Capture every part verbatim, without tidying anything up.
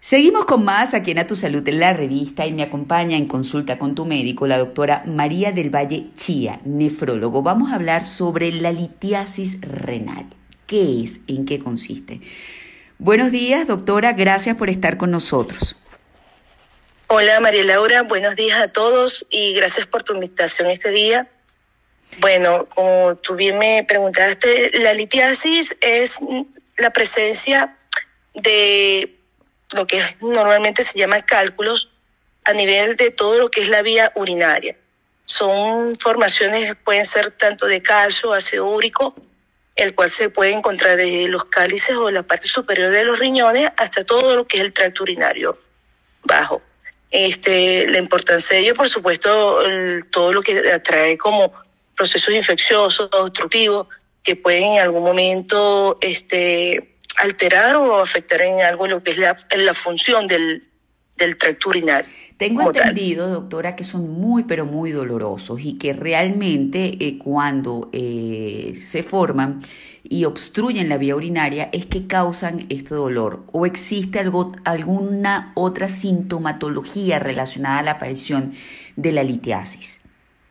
Seguimos con más aquí en A Tu Salud en la revista y me acompaña en consulta con tu médico la doctora María del Valle Chía, nefrólogo. Vamos a hablar sobre la litiasis renal. ¿Qué es? ¿En qué consiste? Buenos días, doctora. Gracias por estar con nosotros. Hola, María Laura. Buenos días a todos y gracias por tu invitación este día. Bueno, como tú bien me preguntaste, la litiasis es la presencia de lo que normalmente se llama cálculos a nivel de todo lo que es la vía urinaria. Son formaciones, pueden ser tanto de calcio, ácido úrico, el cual se puede encontrar desde los cálices o la parte superior de los riñones hasta todo lo que es el tracto urinario bajo. Este, la importancia de ello, por supuesto, el, todo lo que atrae como procesos infecciosos, obstructivos, que pueden en algún momento este, alterar o afectar en algo lo que es la, la función del, del tracto urinario. Tengo entendido, tal. doctora, que son muy, pero muy dolorosos y que realmente eh, cuando eh, se forman y obstruyen la vía urinaria es que causan este dolor. ¿O existe algo, alguna otra sintomatología relacionada a la aparición de la litiasis?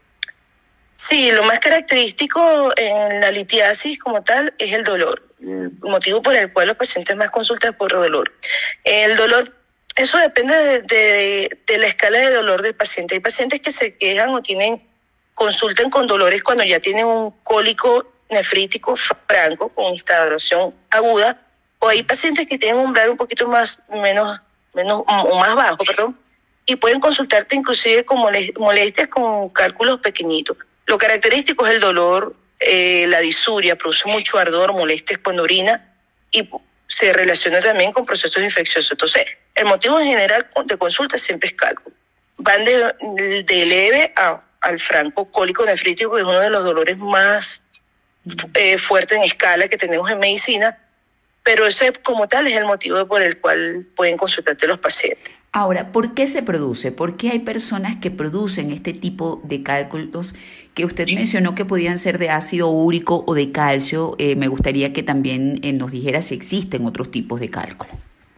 Sí, lo más característico en la litiasis como tal es el dolor, el motivo por el cual los pacientes más consultan por dolor. El dolor, eso depende de, de, de la escala de dolor del paciente. Hay pacientes que se quejan o tienen, consultan con dolores cuando ya tienen un cólico nefrítico franco con instauración aguda, o hay pacientes que tienen un umbral un poquito más, menos, menos, o más bajo, perdón, y pueden consultarte inclusive con molestias con cálculos pequeñitos. Lo característico es el dolor, eh, la disuria, produce mucho ardor, molestias cuando orina y se relaciona también con procesos infecciosos. Entonces, el motivo en general de consulta siempre es cálculo. Van de, de leve a, al franco cólico nefrítico, que es uno de los dolores más eh, fuertes en escala que tenemos en medicina, pero ese como tal es el motivo por el cual pueden consultarte los pacientes. Ahora, ¿por qué se produce? ¿Por qué hay personas que producen este tipo de cálculos que usted mencionó que podían ser de ácido úrico o de calcio? Eh, me gustaría que también eh, nos dijera si existen otros tipos de cálculo.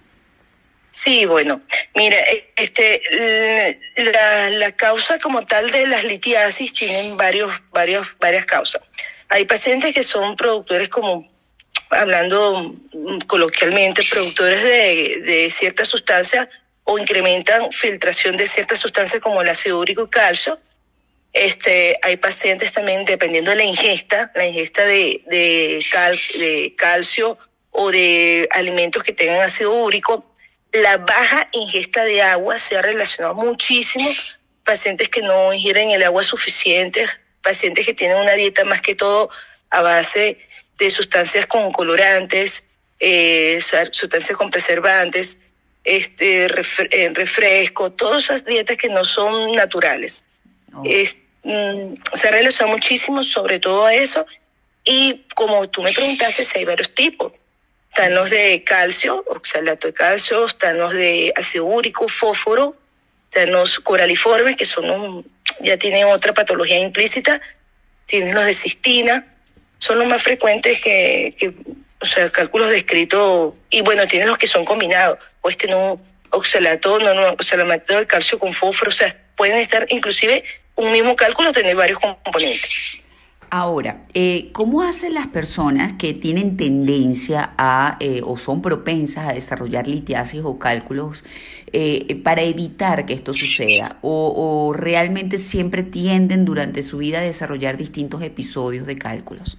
Sí, bueno, mira, este, la, la causa como tal de las litiasis tienen varios, varios, varias causas. Hay pacientes que son productores como, hablando coloquialmente, productores de, de ciertas sustancias o incrementan filtración de ciertas sustancias como el ácido úrico y calcio. Este, hay pacientes también, dependiendo de la ingesta, la ingesta de, de, cal, de calcio o de alimentos que tengan ácido úrico, la baja ingesta de agua se ha relacionado muchísimo. Pacientes que no ingieren el agua suficiente, pacientes que tienen una dieta más que todo a base de sustancias con colorantes, eh, sustancias con preservantes, este refresco, todas esas dietas que no son naturales. Oh. Es, mm, se ha relacionado muchísimo sobre todo a eso, y como tú me preguntaste, si hay varios tipos. Están los de calcio, oxalato de calcio, están los de ácido úrico, fósforo, están los coraliformes, que son un, ya tienen otra patología implícita, tienen los de cistina, son los más frecuentes que, que o sea, cálculos descritos, y bueno, tienen los que son combinados, pues tienen un oxalato, no, no, oxalato de calcio con fósforo, o sea, pueden estar inclusive un mismo cálculo, tener varios componentes. Ahora, eh, ¿cómo hacen las personas que tienen tendencia a eh, o son propensas a desarrollar litiasis o cálculos eh, para evitar que esto suceda? O, ¿O realmente siempre tienden durante su vida a desarrollar distintos episodios de cálculos?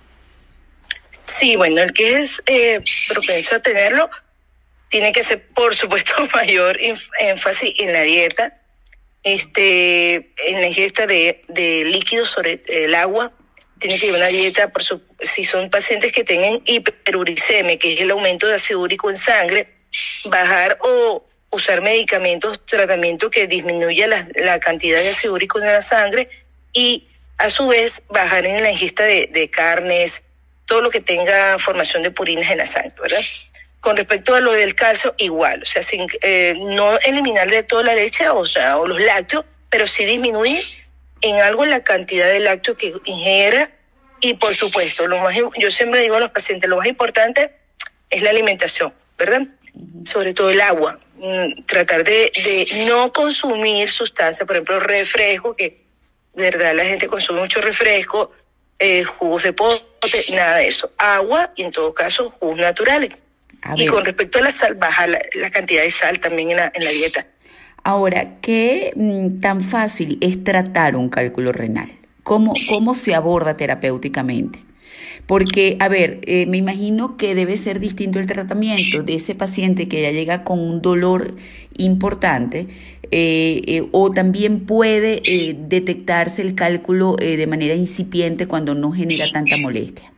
Sí, bueno, el que es eh, propenso a tenerlo tiene que ser, por supuesto, mayor énfasis en la dieta, este, en la ingesta de, de líquidos sobre el agua. Tiene que ir una dieta, por su, si son pacientes que tengan hiperuricemia, que es el aumento de ácido úrico en sangre, bajar o usar medicamentos, tratamiento que disminuya la, la cantidad de ácido úrico en la sangre, y a su vez bajar en la ingesta de, de carnes, todo lo que tenga formación de purinas en la sangre, ¿verdad? Con respecto a lo del calcio, igual, o sea, sin, eh, no eliminar de toda la leche, o sea, o los lácteos, pero sí disminuir en algo la cantidad de lácteos que ingiera, y por supuesto, lo más, yo siempre digo a los pacientes, lo más importante es la alimentación, ¿verdad? Uh-huh. Sobre todo el agua, mm, tratar de, de no consumir sustancias, por ejemplo, refresco, que de verdad la gente consume mucho refresco, eh, jugos de pote, nada de eso. Agua y en todo caso jugos naturales. A Y ver, con respecto a la sal, baja la, la cantidad de sal también en la, en la dieta. ahora, ¿qué mm, tan fácil es tratar un cálculo renal? ¿Cómo, cómo se aborda terapéuticamente? Porque, a ver, eh, me imagino que debe ser distinto el tratamiento de ese paciente que ya llega con un dolor importante, eh, eh, o también puede eh, detectarse el cálculo eh, de manera incipiente cuando no genera tanta molestia.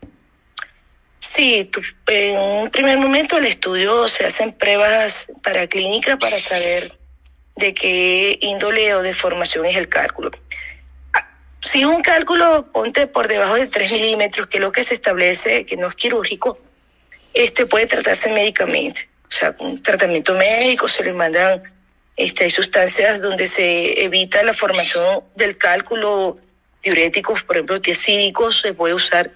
Sí, tú- en un primer momento el estudio se hacen pruebas para clínica para saber de qué índole o deformación es el cálculo. Si es un cálculo, ponte por debajo de tres milímetros, que es lo que se establece, que no es quirúrgico, este puede tratarse médicamente. O sea, con un tratamiento médico se le mandan, este, hay sustancias donde se evita la formación del cálculo, diuréticos, por ejemplo, tiacídicos, se puede usar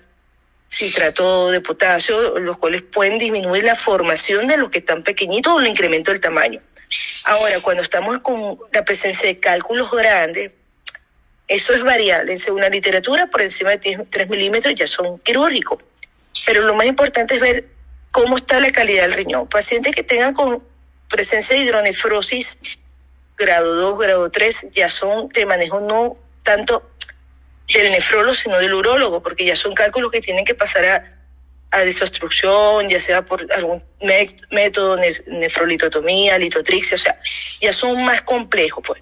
citrato de potasio, los cuales pueden disminuir la formación de los que están pequeñitos o el incremento del tamaño. Ahora, cuando estamos con la presencia de cálculos grandes, eso es variable. Según la literatura, por encima de tres milímetros ya son quirúrgicos. Pero lo más importante es ver cómo está la calidad del riñón. Pacientes que tengan con presencia de hidronefrosis grado dos, grado tres, ya son de manejo no tanto del nefrólogo, sino del urólogo, porque ya son cálculos que tienen que pasar a, a desobstrucción, ya sea por algún me- método, nef- nefrolitotomía, litotripsia, o sea, ya son más complejos, pues.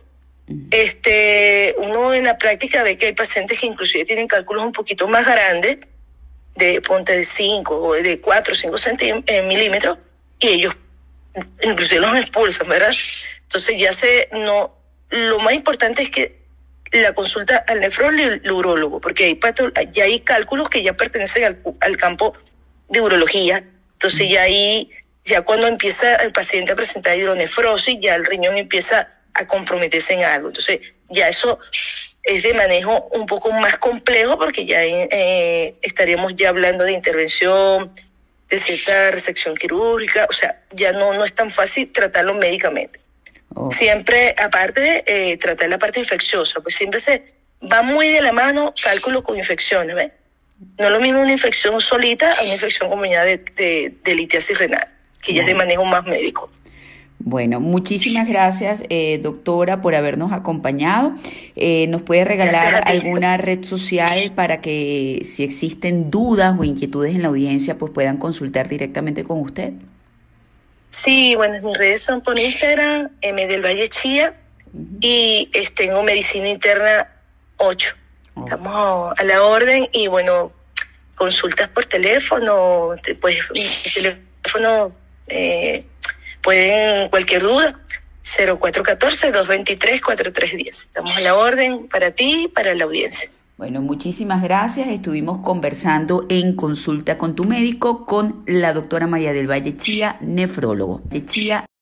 Este, uno en la práctica ve que hay pacientes que inclusive tienen cálculos un poquito más grandes, de ponte de cinco o de cuatro o cinco milímetros, y ellos inclusive los expulsan, ¿verdad? Entonces ya se, no, lo más importante es que la consulta al nefrólogo y al urólogo, porque hay pato, ya hay cálculos que ya pertenecen al, al campo de urología. Entonces ya ahí, ya cuando empieza el paciente a presentar hidronefrosis, ya el riñón empieza a comprometerse en algo. Entonces ya eso es de manejo un poco más complejo, porque ya eh, estaríamos ya hablando de intervención, de cierta resección quirúrgica, o sea, ya no, no es tan fácil tratarlo médicamente. Oh. Siempre, aparte, eh, tratar la parte infecciosa, pues siempre se va muy de la mano cálculo con infecciones, ¿ves? No es lo mismo una infección solita a una infección acompañada de, de, de litiasis renal, que ya es de manejo más médico. Bueno, muchísimas gracias, eh, doctora, por habernos acompañado. Eh, ¿Nos puede regalar alguna red social para que, si existen dudas o inquietudes en la audiencia, pues puedan consultar directamente con usted? Sí, bueno, mis redes son por Instagram, M del Valle Chía, uh-huh. y eh, tengo Medicina Interna ocho. Oh. Estamos a la orden y, bueno, consultas por teléfono, pues mi teléfono... Eh, pueden, cualquier duda, cero cuatro uno cuatro, dos dos tres, cuatro tres uno cero. Estamos a la orden para ti y para la audiencia. Bueno, muchísimas gracias. Estuvimos conversando en Consulta con tu médico con la doctora María del Valle Chía, nefrólogo. De Chía